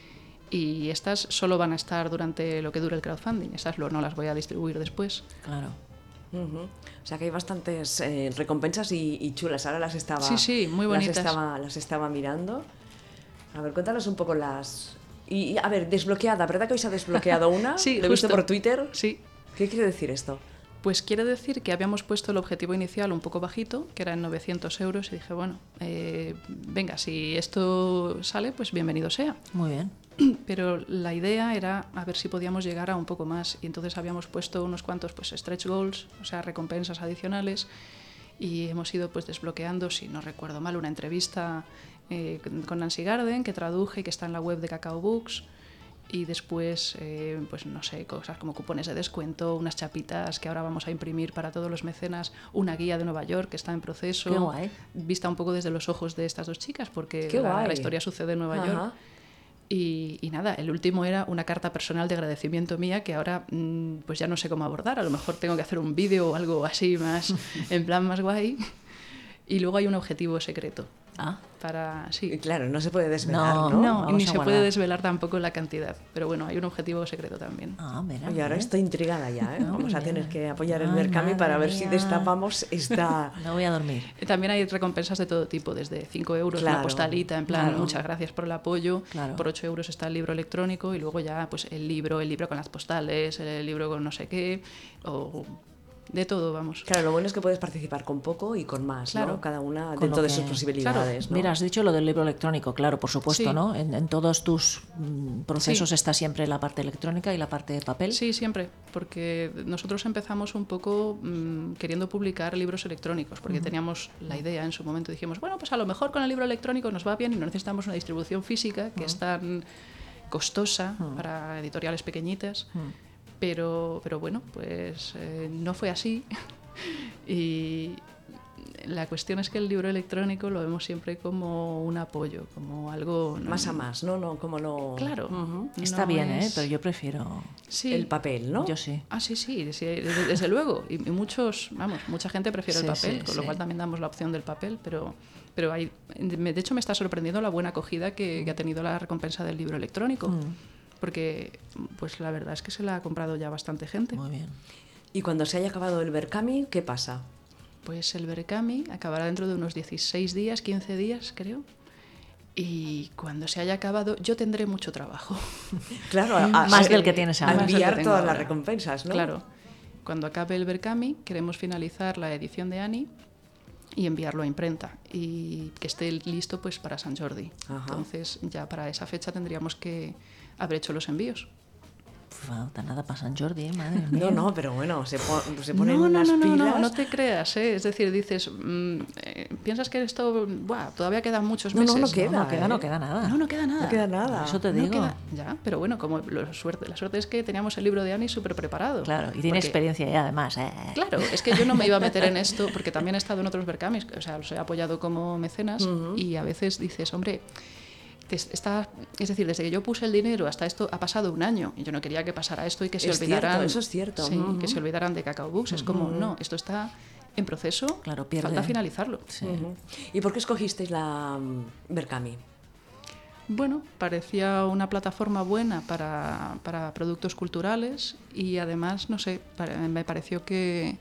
[SPEAKER 3] Y estas solo van a estar durante lo que dure el crowdfunding. Estas no las voy a distribuir después.
[SPEAKER 1] Claro.
[SPEAKER 2] Uh-huh. O sea que hay bastantes eh, recompensas y, y chulas. Ahora las estaba,
[SPEAKER 3] sí, sí, muy bonitas.
[SPEAKER 2] Las estaba, las estaba mirando. A ver, cuéntanos un poco las... Y, y a ver, desbloqueada, ¿verdad que hoy se ha desbloqueado una?
[SPEAKER 3] Sí,
[SPEAKER 2] ¿Lo he visto por Twitter?
[SPEAKER 3] Sí.
[SPEAKER 2] ¿Qué quiere decir esto?
[SPEAKER 3] Pues quiere decir que habíamos puesto el objetivo inicial un poco bajito, que era en novecientos euros, y dije, bueno, eh, venga, si esto sale, pues bienvenido sea.
[SPEAKER 1] Muy bien.
[SPEAKER 3] Pero la idea era a ver si podíamos llegar a un poco más, y entonces habíamos puesto unos cuantos pues stretch goals, o sea, recompensas adicionales, y hemos ido pues desbloqueando, si no recuerdo mal, una entrevista eh, con Nancy Garden, que traduje y que está en la web de Cacao Books. Y después, eh, pues no sé, cosas como cupones de descuento, unas chapitas que ahora vamos a imprimir para todos los mecenas, una guía de Nueva York que está en proceso,
[SPEAKER 1] Qué guay.
[SPEAKER 3] Vista un poco desde los ojos de estas dos chicas, porque
[SPEAKER 2] Qué
[SPEAKER 3] la,
[SPEAKER 2] guay.
[SPEAKER 3] la historia sucede en Nueva
[SPEAKER 2] Ajá.
[SPEAKER 3] York. Y, y nada, el último era una carta personal de agradecimiento mía que ahora mmm, pues ya no sé cómo abordar, a lo mejor tengo que hacer un vídeo o algo así más, en plan más guay. Y luego hay un objetivo secreto.
[SPEAKER 1] Ah.
[SPEAKER 3] Para, sí.
[SPEAKER 2] Claro, no se puede desvelar,
[SPEAKER 1] No,
[SPEAKER 2] ¿no?
[SPEAKER 3] No,
[SPEAKER 1] Vamos
[SPEAKER 3] ni
[SPEAKER 1] a
[SPEAKER 3] se
[SPEAKER 1] guardar.
[SPEAKER 3] puede desvelar tampoco la cantidad. Pero bueno, hay un objetivo secreto también.
[SPEAKER 1] Ah, mira.
[SPEAKER 2] Oye, ahora
[SPEAKER 1] mira.
[SPEAKER 2] estoy intrigada ya, ¿eh?
[SPEAKER 1] No,
[SPEAKER 2] Vamos a
[SPEAKER 1] mira.
[SPEAKER 2] tener que apoyar el
[SPEAKER 1] Ay,
[SPEAKER 2] Berkami
[SPEAKER 1] madre
[SPEAKER 2] para ver si
[SPEAKER 1] mía.
[SPEAKER 2] destapamos esta...
[SPEAKER 1] No voy a dormir.
[SPEAKER 3] También hay recompensas de todo tipo, desde cinco euros
[SPEAKER 2] Claro,
[SPEAKER 3] una postalita, en plan,
[SPEAKER 1] claro.
[SPEAKER 3] muchas gracias por el apoyo.
[SPEAKER 1] Claro.
[SPEAKER 3] Por ocho euros está el libro electrónico y luego ya pues el libro, el libro con las postales, el libro con no sé qué, o de todo, vamos.
[SPEAKER 2] Claro, lo bueno es que puedes participar con poco y con más,
[SPEAKER 3] claro.
[SPEAKER 2] ¿no? Cada una
[SPEAKER 1] Con
[SPEAKER 2] dentro de
[SPEAKER 1] que...
[SPEAKER 2] sus posibilidades,
[SPEAKER 1] claro.
[SPEAKER 2] ¿no?
[SPEAKER 1] Mira, has dicho lo del libro electrónico, claro, por supuesto,
[SPEAKER 3] sí.
[SPEAKER 1] ¿no? En, en todos tus mm, procesos
[SPEAKER 3] sí.
[SPEAKER 1] está siempre la parte electrónica y la parte de papel.
[SPEAKER 3] Sí, siempre, porque nosotros empezamos un poco mmm, queriendo publicar libros electrónicos, porque uh-huh. teníamos la idea en su momento, dijimos, bueno, pues a lo mejor con el libro electrónico nos va bien y no necesitamos una distribución física que uh-huh. es tan costosa uh-huh. para editoriales pequeñitas, uh-huh. pero, pero bueno, pues eh, no fue así. Y la cuestión es que el libro electrónico lo vemos siempre como un apoyo, como algo...
[SPEAKER 2] ¿no? Más a más, ¿no? no como lo...
[SPEAKER 3] Claro.
[SPEAKER 2] Uh-huh.
[SPEAKER 1] Está
[SPEAKER 3] no
[SPEAKER 1] bien,
[SPEAKER 3] es...
[SPEAKER 1] ¿eh? Pero yo prefiero...
[SPEAKER 3] Sí.
[SPEAKER 2] El papel, ¿no?
[SPEAKER 1] Yo sí.
[SPEAKER 3] Ah, sí, sí, sí desde, desde luego. Y, y muchos, vamos, mucha gente prefiere
[SPEAKER 1] sí,
[SPEAKER 3] el papel,
[SPEAKER 1] sí,
[SPEAKER 3] con
[SPEAKER 1] sí.
[SPEAKER 3] lo cual también damos la opción del papel, pero... Pero hay, de hecho me está sorprendiendo la buena acogida que, que ha tenido la recompensa del libro electrónico, mm. porque pues la verdad es que se la ha comprado ya bastante gente.
[SPEAKER 1] Muy bien.
[SPEAKER 2] Y cuando se haya acabado el Berkami, ¿qué pasa?
[SPEAKER 3] Pues el Berkami acabará dentro de unos dieciséis días, quince días creo, y cuando se haya acabado yo tendré mucho trabajo.
[SPEAKER 2] Claro, a,
[SPEAKER 1] más
[SPEAKER 2] a,
[SPEAKER 1] del que tienes ahora.
[SPEAKER 2] A enviar
[SPEAKER 3] que
[SPEAKER 2] todas
[SPEAKER 3] ahora.
[SPEAKER 2] las recompensas, ¿no?
[SPEAKER 3] Claro. Cuando acabe el Berkami queremos finalizar la edición de Annie y enviarlo a imprenta y que esté listo pues para Sant Jordi. Ajá. Entonces ya para esa fecha tendríamos que haber hecho los envíos.
[SPEAKER 1] Falta nada para Sant Jordi, ¿eh? Madre mía.
[SPEAKER 2] No, no, pero bueno, se, po se ponen
[SPEAKER 3] no, no,
[SPEAKER 2] unas
[SPEAKER 3] no, no,
[SPEAKER 2] pilas.
[SPEAKER 3] No, no te creas, ¿eh? Es decir, dices, mmm, eh, piensas que esto, buah, todavía quedan muchos
[SPEAKER 2] no,
[SPEAKER 3] meses.
[SPEAKER 2] No, no queda,
[SPEAKER 1] no, no queda,
[SPEAKER 2] ¿eh?
[SPEAKER 1] no queda nada.
[SPEAKER 3] No, no queda nada.
[SPEAKER 2] No queda nada.
[SPEAKER 1] Eso te
[SPEAKER 3] no
[SPEAKER 1] digo.
[SPEAKER 3] Queda, ya, pero bueno, como lo, suerte, la suerte es que teníamos el libro de Annie súper preparado.
[SPEAKER 1] Claro, y tiene
[SPEAKER 3] porque,
[SPEAKER 1] experiencia ya además. Eh.
[SPEAKER 3] Claro, es que yo no me iba a meter en esto porque también he estado en otros Berkamis, o sea, los he apoyado como mecenas uh-huh. y a veces dices, hombre... Está, es decir, desde que yo puse el dinero hasta esto ha pasado un año y yo no quería que pasara esto y que se
[SPEAKER 2] es
[SPEAKER 3] olvidaran
[SPEAKER 2] cierto, eso es cierto.
[SPEAKER 3] Sí,
[SPEAKER 2] uh-huh.
[SPEAKER 3] que se olvidaran de Cacao Books. Uh-huh. Es como, no, esto está en proceso,
[SPEAKER 1] claro, pierde.
[SPEAKER 3] falta finalizarlo.
[SPEAKER 1] Sí.
[SPEAKER 2] Uh-huh. ¿Y por qué escogisteis la um, Berkami?
[SPEAKER 3] Bueno, parecía una plataforma buena para, para productos culturales y además, no sé, me pareció que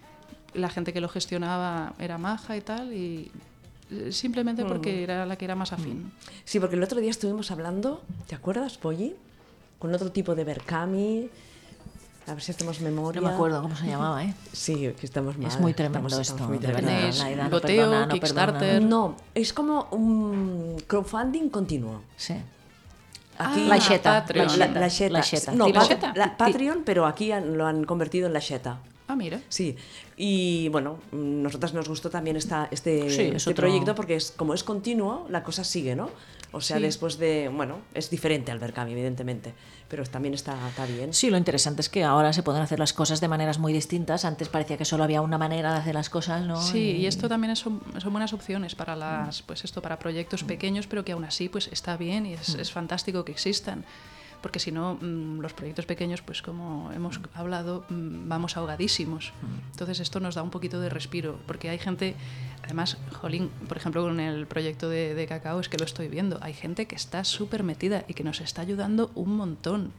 [SPEAKER 3] la gente que lo gestionaba era maja y tal y... simplemente porque era la que era más afín.
[SPEAKER 2] Sí, porque el otro día estuvimos hablando, ¿te acuerdas, Polly? Con otro tipo de Berkami. A ver si hacemos memoria.
[SPEAKER 1] No me acuerdo cómo se llamaba, ¿eh?
[SPEAKER 2] Sí, que estamos mal.
[SPEAKER 1] Es muy tremendo
[SPEAKER 2] estamos,
[SPEAKER 1] esto.
[SPEAKER 2] estamos muy
[SPEAKER 1] de
[SPEAKER 2] tremendo.
[SPEAKER 1] verdad,
[SPEAKER 3] Tenéis
[SPEAKER 1] Laida, no
[SPEAKER 3] Goteo,
[SPEAKER 1] perdona, no
[SPEAKER 3] Kickstarter.
[SPEAKER 1] perdona.
[SPEAKER 2] No, es como un crowdfunding continuo.
[SPEAKER 1] Sí.
[SPEAKER 2] Aquí,
[SPEAKER 3] ah,
[SPEAKER 1] la Xeta.
[SPEAKER 3] Patreon.
[SPEAKER 2] La, la, la Xeta.
[SPEAKER 1] La Xeta.
[SPEAKER 2] No,
[SPEAKER 3] ¿La
[SPEAKER 2] pat
[SPEAKER 3] Xeta?
[SPEAKER 2] la Patreon, pero aquí han, lo han convertido en la Xeta.
[SPEAKER 3] Ah, mira.
[SPEAKER 2] Sí, y bueno, nosotras nos gustó también esta, este,
[SPEAKER 1] sí,
[SPEAKER 2] este
[SPEAKER 1] otro...
[SPEAKER 2] proyecto porque es, como es continuo, la cosa sigue, ¿no? O sea,
[SPEAKER 3] sí.
[SPEAKER 2] después de, bueno, es diferente al Berkami, evidentemente, pero también está, está bien.
[SPEAKER 1] Sí, lo interesante es que ahora se pueden hacer las cosas de maneras muy distintas. Antes parecía que solo había una manera de hacer las cosas, ¿no?
[SPEAKER 3] Sí, y,
[SPEAKER 1] y
[SPEAKER 3] esto también es, son, son buenas opciones para las, pues esto, para proyectos pequeños, pero que aún así pues está bien y es, es fantástico que existan. Porque si no, mmm, los proyectos pequeños, pues como hemos hablado, mmm, vamos ahogadísimos. Entonces esto nos da un poquito de respiro, porque hay gente, además, jolín, por ejemplo, con el proyecto de, de Cacao, es que lo estoy viendo, hay gente que está súper metida y que nos está ayudando un montón.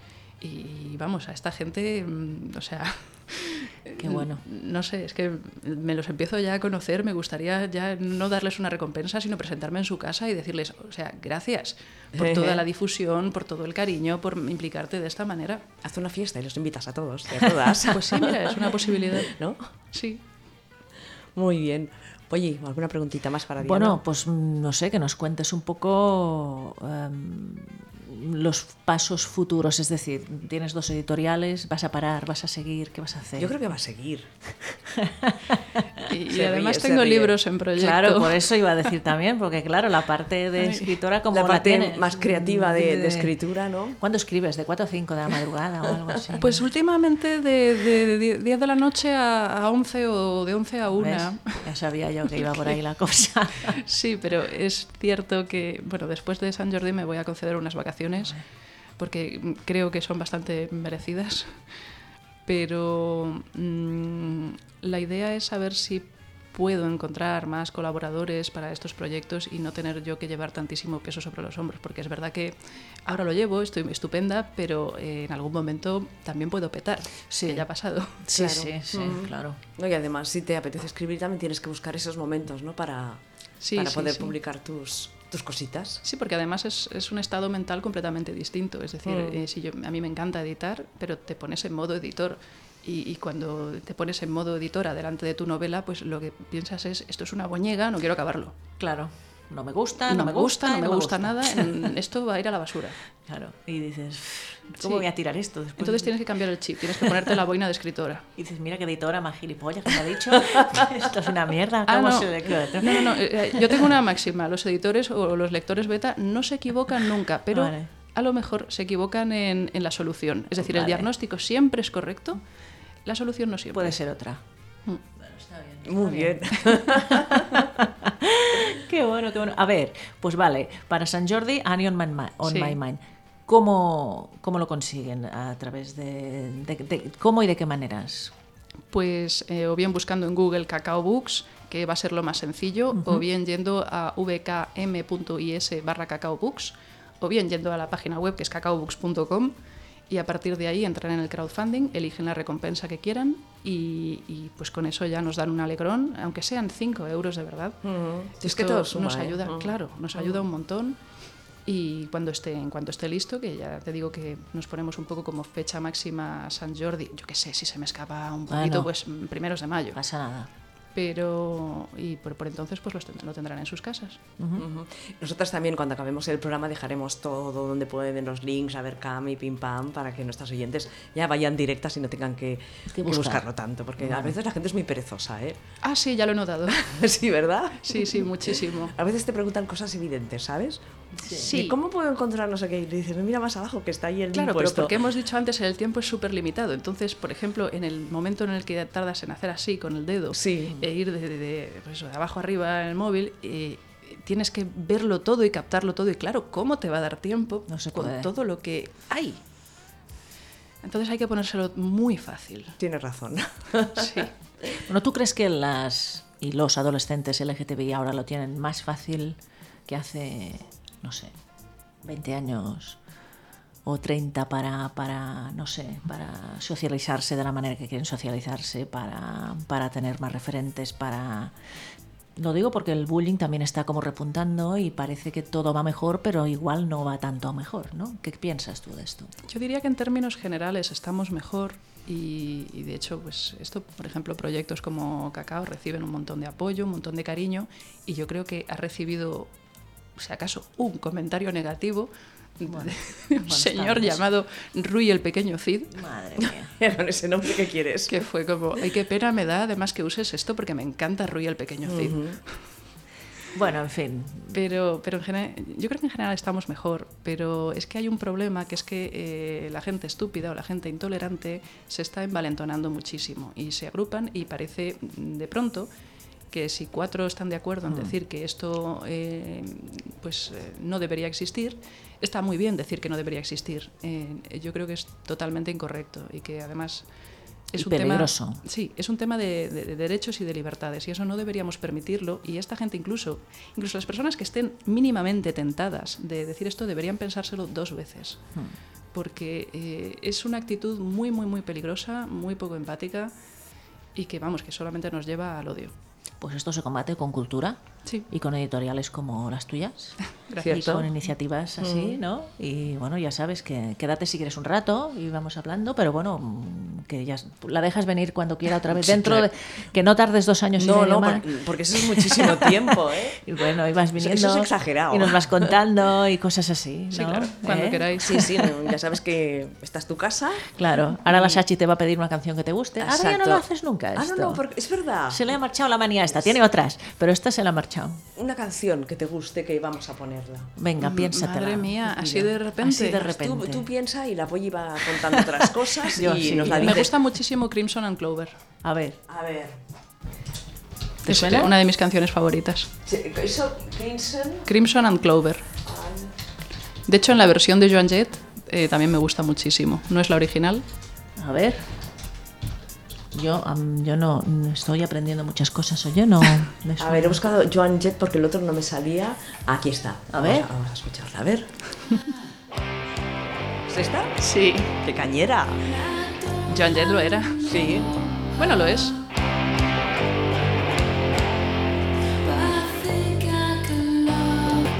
[SPEAKER 3] Y vamos, a esta gente, mmm, o sea...
[SPEAKER 1] Qué bueno.
[SPEAKER 3] No sé, es que me los empiezo ya a conocer, me gustaría ya no darles una recompensa, sino presentarme en su casa y decirles, o sea, gracias por toda la difusión, por todo el cariño, por implicarte de esta manera.
[SPEAKER 2] Haz una fiesta y los invitas a todos y a todas.
[SPEAKER 3] Pues sí, mira, es una posibilidad,
[SPEAKER 2] ¿no?
[SPEAKER 3] Sí.
[SPEAKER 2] Muy bien. Oye, ¿alguna preguntita más para Diana?
[SPEAKER 1] Bueno, pues no sé, que nos cuentes un poco um, los pasos futuros, es decir, tienes dos editoriales, vas a parar, vas a seguir, ¿qué vas a hacer?
[SPEAKER 2] Yo creo que va a seguir.
[SPEAKER 3] Y, y además ríe, tengo libros en proyecto.
[SPEAKER 1] Claro, por eso iba a decir también, porque claro, la parte de escritora como
[SPEAKER 2] la parte
[SPEAKER 1] la tienes,
[SPEAKER 2] más creativa de, de, de escritura, ¿no?
[SPEAKER 1] ¿Cuándo escribes? ¿De cuatro o cinco de la madrugada o algo así?
[SPEAKER 3] Pues últimamente de, de, de diez de la noche a, a once o de once a una.
[SPEAKER 1] ¿Ves? Ya sabía yo que iba por ahí la cosa.
[SPEAKER 3] Sí, pero es cierto que, bueno, después de Sant Jordi me voy a conceder unas vacaciones porque creo que son bastante merecidas. Pero mmm, la idea es saber si puedo encontrar más colaboradores para estos proyectos y no tener yo que llevar tantísimo peso sobre los hombros, porque es verdad que ahora lo llevo, estoy estupenda, pero eh, en algún momento también puedo petar,
[SPEAKER 1] sí.
[SPEAKER 3] que ya ha pasado.
[SPEAKER 1] Sí,
[SPEAKER 2] claro.
[SPEAKER 1] sí, sí,
[SPEAKER 2] mm.
[SPEAKER 1] claro.
[SPEAKER 2] No, y además, si te apetece escribir, también tienes que buscar esos momentos, ¿no? Para,
[SPEAKER 3] sí,
[SPEAKER 2] para
[SPEAKER 3] sí,
[SPEAKER 2] poder
[SPEAKER 3] sí.
[SPEAKER 2] publicar tus... tus cositas.
[SPEAKER 3] Sí, porque además es, es un estado mental completamente distinto. Es decir, mm. eh, si yo, a mí me encanta editar, pero te pones en modo editor Y, y cuando te pones en modo editora delante de tu novela, pues lo que piensas es, esto es una boñega, no quiero acabarlo.
[SPEAKER 1] Claro. No me gusta,
[SPEAKER 3] no,
[SPEAKER 1] no
[SPEAKER 3] me
[SPEAKER 1] me gusta,
[SPEAKER 3] gusta, no me
[SPEAKER 1] me
[SPEAKER 3] gusta,
[SPEAKER 1] gusta.
[SPEAKER 3] nada, esto va a ir a la basura.
[SPEAKER 1] Claro, y dices, ¿cómo
[SPEAKER 3] Sí.
[SPEAKER 1] voy a tirar esto después?
[SPEAKER 3] Entonces tienes que cambiar el chip, tienes que ponerte la boina de escritora.
[SPEAKER 1] Y dices, mira qué editora más gilipollas que me ha dicho, esto es una mierda,
[SPEAKER 3] Ah,
[SPEAKER 1] ¿cómo
[SPEAKER 3] no.
[SPEAKER 1] se le queda?
[SPEAKER 3] no, no, no, eh, yo tengo una máxima, los editores o los lectores beta no se equivocan nunca, pero
[SPEAKER 1] Vale.
[SPEAKER 3] a lo mejor se equivocan en, en la solución. Es decir, el
[SPEAKER 1] Vale.
[SPEAKER 3] diagnóstico siempre es correcto, la solución no siempre.
[SPEAKER 1] Puede ser otra.
[SPEAKER 3] Mm.
[SPEAKER 2] Muy bien.
[SPEAKER 1] Qué bueno, qué bueno. A ver, pues vale, para San Jordi, Annie on My, Mi- on
[SPEAKER 3] Sí.
[SPEAKER 1] My Mind. ¿Cómo, ¿Cómo lo consiguen? ¿A través de, de, de- cómo y de qué maneras?
[SPEAKER 3] Pues eh, o bien buscando en Google Cacao Books, que va a ser lo más sencillo, uh-huh. o bien yendo a vkm.is barra Cacao Books, o bien yendo a la página web que es cacao books punto com, y a partir de ahí entran en el crowdfunding, eligen la recompensa que quieran y, y pues con eso ya nos dan un alegrón, aunque sean cinco euros de verdad.
[SPEAKER 2] Uh-huh.
[SPEAKER 3] Esto
[SPEAKER 2] Es que todo suma,
[SPEAKER 3] nos
[SPEAKER 2] ¿eh?
[SPEAKER 3] ayuda,
[SPEAKER 2] Uh-huh.
[SPEAKER 3] claro, nos ayuda
[SPEAKER 2] Uh-huh.
[SPEAKER 3] un montón. Y cuando esté, en cuanto esté listo, que ya te digo que nos ponemos un poco como fecha máxima San Jordi, yo qué sé, si se me escapa un poquito,
[SPEAKER 1] Bueno.
[SPEAKER 3] pues primeros de mayo.
[SPEAKER 1] Pasa nada.
[SPEAKER 3] Pero, y por, por entonces pues los ten- lo tendrán en sus casas.
[SPEAKER 2] Ujú. Nosotras también, cuando acabemos el programa, dejaremos todo donde pueden los links a Verkami y Pim Pam para que nuestros oyentes ya vayan directas y no tengan que,
[SPEAKER 1] Que
[SPEAKER 2] que
[SPEAKER 1] buscar.
[SPEAKER 2] buscarlo tanto, porque a veces la gente es muy perezosa, ¿eh?
[SPEAKER 3] Ah, sí, ya lo he notado.
[SPEAKER 2] Sí, ¿verdad?
[SPEAKER 3] Sí, sí, muchísimo.
[SPEAKER 2] A veces te preguntan cosas evidentes, ¿sabes?
[SPEAKER 3] Sí.
[SPEAKER 2] ¿Y cómo puedo encontrar no sé qué? Y le dices, mira más abajo que está ahí el link
[SPEAKER 3] Claro, pero
[SPEAKER 2] puesto.
[SPEAKER 3] porque hemos dicho antes, el tiempo es súper limitado. Entonces, por ejemplo, en el momento en el que tardas en hacer así con el dedo
[SPEAKER 2] Sí.
[SPEAKER 3] e ir de, de- de, pues eso, de abajo arriba en el móvil, eh, tienes que verlo todo y captarlo todo. Y claro, ¿cómo te va a dar tiempo
[SPEAKER 1] No se
[SPEAKER 3] con
[SPEAKER 1] puede.
[SPEAKER 3] todo lo que hay? Entonces hay que ponérselo muy fácil.
[SPEAKER 2] Tienes razón.
[SPEAKER 3] Sí.
[SPEAKER 1] Bueno, ¿tú crees que las y los adolescentes L G T B I ahora lo tienen más fácil que hace, no sé, veinte años o treinta para, para, no sé, para socializarse de la manera que quieren socializarse, para, para tener más referentes, para... Lo digo porque el bullying también está como repuntando y parece que todo va mejor, pero igual no va tanto mejor, ¿no? ¿Qué piensas tú de esto?
[SPEAKER 3] Yo diría que en términos generales estamos mejor y, y de hecho, pues esto, por ejemplo, proyectos como Cacao reciben un montón de apoyo, un montón de cariño y yo creo que ha recibido, si acaso, un comentario negativo
[SPEAKER 1] Bueno,
[SPEAKER 3] de un
[SPEAKER 1] bueno,
[SPEAKER 3] señor
[SPEAKER 1] estamos.
[SPEAKER 3] llamado Rui el Pequeño Cid,
[SPEAKER 1] Madre mía.
[SPEAKER 2] Con ese nombre que quieres.
[SPEAKER 3] que fue como, ay, qué pena me da además que uses esto porque me encanta Rui el Pequeño Cid.
[SPEAKER 2] Ujú.
[SPEAKER 1] Bueno, en fin.
[SPEAKER 3] Pero, pero en general, yo creo que en general estamos mejor, pero es que hay un problema que es que eh, la gente estúpida o la gente intolerante se está envalentonando muchísimo y se agrupan y parece mm, de pronto que si cuatro están de acuerdo en decir que esto eh, pues, eh, no debería existir, está muy bien decir que no debería existir. Eh, yo creo que es totalmente incorrecto y que además... Es
[SPEAKER 1] Y
[SPEAKER 3] un
[SPEAKER 1] peligroso.
[SPEAKER 3] tema, sí, es un tema de, de- de derechos y de libertades y eso no deberíamos permitirlo y esta gente incluso, incluso las personas que estén mínimamente tentadas de decir esto deberían pensárselo dos veces porque eh, es una actitud muy, muy, muy peligrosa, muy poco empática y que, vamos, que solamente nos lleva al odio.
[SPEAKER 1] Pues esto se combate con cultura
[SPEAKER 3] Sí.
[SPEAKER 1] y con editoriales como las tuyas.
[SPEAKER 3] Gracias.
[SPEAKER 1] Y con iniciativas así, ¿no? Y bueno, ya sabes que quédate si quieres un rato y vamos hablando, pero bueno, mm, que ya la dejas venir cuando quiera otra vez
[SPEAKER 2] Sí,
[SPEAKER 1] dentro,
[SPEAKER 2] claro.
[SPEAKER 1] de, que no tardes dos años y
[SPEAKER 2] No,
[SPEAKER 1] medio
[SPEAKER 2] no,
[SPEAKER 1] más.
[SPEAKER 2] porque, porque eso es muchísimo tiempo, ¿eh?
[SPEAKER 1] Y bueno, y vas
[SPEAKER 2] Eso-
[SPEAKER 1] viniendo
[SPEAKER 2] eso es exagerado.
[SPEAKER 1] y nos vas contando y cosas así, ¿no?
[SPEAKER 3] Sí, claro, cuando
[SPEAKER 1] ¿Eh?
[SPEAKER 3] queráis.
[SPEAKER 2] Sí, sí, no, ya sabes que esta es tu casa.
[SPEAKER 1] Claro, ahora la Sachi te va a pedir una canción que te guste. Ahora ya no
[SPEAKER 2] Exacto.
[SPEAKER 1] lo haces nunca
[SPEAKER 2] Ah,
[SPEAKER 1] esto.
[SPEAKER 2] no, no, porque es verdad.
[SPEAKER 1] Se le ha marchado la manía esta, tiene otras, pero esta se la ha marchado.
[SPEAKER 2] Una canción que te guste que vamos a ponerla.
[SPEAKER 1] Venga,
[SPEAKER 3] Mm,
[SPEAKER 1] piénsatela.
[SPEAKER 3] madre mía,
[SPEAKER 1] Pepillo.
[SPEAKER 3] así de repente.
[SPEAKER 1] Así de
[SPEAKER 2] Tú,
[SPEAKER 1] repente.
[SPEAKER 2] tú piensa y la Polly va contando otras cosas
[SPEAKER 1] Yo
[SPEAKER 2] y
[SPEAKER 1] sí.
[SPEAKER 2] nos la
[SPEAKER 3] Me
[SPEAKER 2] dices.
[SPEAKER 3] gusta muchísimo Crimson and Clover.
[SPEAKER 1] A ver,
[SPEAKER 2] A ver.
[SPEAKER 1] ¿te
[SPEAKER 3] Es
[SPEAKER 1] suena?
[SPEAKER 3] una de mis canciones favoritas.
[SPEAKER 2] Eso, Crimson.
[SPEAKER 3] Crimson and Clover. De hecho, en la versión de Joan Jett eh, también me gusta muchísimo. No es la original.
[SPEAKER 1] A ver. Yo, am, yo no no estoy aprendiendo muchas cosas, o yo no. me
[SPEAKER 2] A
[SPEAKER 1] suena.
[SPEAKER 2] ver, he buscado Joan Jett porque el otro no me salía. Aquí está.
[SPEAKER 1] A
[SPEAKER 2] Vamos
[SPEAKER 1] ver.
[SPEAKER 2] vamos a escucharla, a ver. ¿Es esta?
[SPEAKER 3] Sí.
[SPEAKER 2] ¡Qué cañera!
[SPEAKER 3] Joan Jett lo era.
[SPEAKER 2] Sí.
[SPEAKER 3] Bueno, lo es.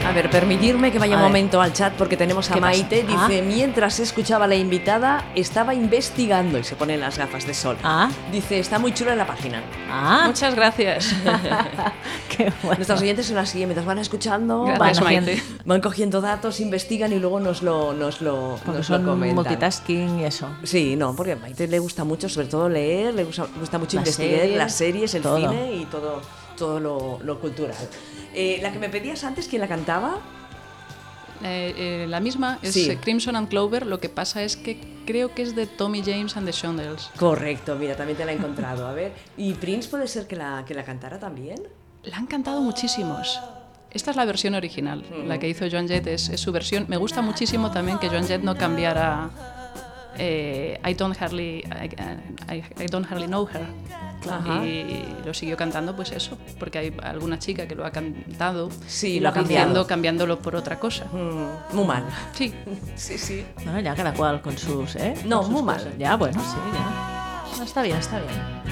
[SPEAKER 2] A ver, permitirme que vaya
[SPEAKER 1] A
[SPEAKER 2] un
[SPEAKER 1] ver.
[SPEAKER 2] momento al chat porque tenemos a
[SPEAKER 1] ¿Qué pasa?
[SPEAKER 2] Maite. Dice,
[SPEAKER 1] Ah.
[SPEAKER 2] mientras escuchaba a la invitada, estaba investigando y se pone las gafas de sol.
[SPEAKER 1] Ah,
[SPEAKER 2] Dice, está muy chula la página.
[SPEAKER 1] ah,
[SPEAKER 3] Muchas gracias.
[SPEAKER 1] qué bueno.
[SPEAKER 2] Nuestros oyentes son así, mientras van escuchando,
[SPEAKER 3] Gracias,
[SPEAKER 2] van,
[SPEAKER 3] Maite.
[SPEAKER 1] haciendo-
[SPEAKER 2] van cogiendo datos, investigan y luego nos lo, nos lo,
[SPEAKER 1] Porque
[SPEAKER 2] nos lo
[SPEAKER 1] son
[SPEAKER 2] comentan.
[SPEAKER 1] multitasking y eso.
[SPEAKER 2] Sí, no, porque a Maite le gusta mucho, sobre todo leer, le gusta, gusta mucho
[SPEAKER 1] Las
[SPEAKER 2] investigar
[SPEAKER 1] series,
[SPEAKER 2] las series, el
[SPEAKER 1] todo.
[SPEAKER 2] cine y todo, todo lo, lo cultural. Eh, la que me pedías antes, ¿quién la cantaba?
[SPEAKER 3] Eh, eh, la misma es
[SPEAKER 2] Sí.
[SPEAKER 3] eh, Crimson and Clover, lo que pasa es que creo que es de Tommy James and the Shondells.
[SPEAKER 2] Correcto, mira, también te la he encontrado. A ver, ¿y Prince puede ser que la, que la cantara también?
[SPEAKER 3] La han cantado muchísimos. Esta es la versión original, la que hizo Joan Jett es, es su versión. Me gusta muchísimo también que Joan Jett no cambiara eh, I, don't hardly, I, I- I Don't Hardly Know Her.
[SPEAKER 2] Ajá.
[SPEAKER 3] Y lo siguió cantando, pues eso, porque hay alguna chica que lo ha cantado
[SPEAKER 2] Sí,
[SPEAKER 3] y
[SPEAKER 2] lo ha cambiado.
[SPEAKER 3] diciendo, cambiándolo por otra cosa.
[SPEAKER 2] Mm, muy mal.
[SPEAKER 3] Sí,
[SPEAKER 2] Sí, sí.
[SPEAKER 1] Bueno, ya cada cual con sus, ¿eh?
[SPEAKER 2] No,
[SPEAKER 1] Con sus
[SPEAKER 2] muy mal.
[SPEAKER 1] cosas. Ya, bueno, sí, ya. No, está bien, está bien.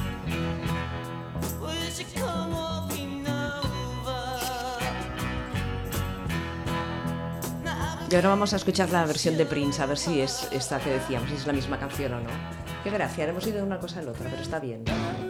[SPEAKER 2] Y ahora vamos a escuchar la versión de Prince, a ver si es esta que decíamos, si es la misma canción o no. Qué gracia, hemos ido de una cosa a la otra, pero está bien.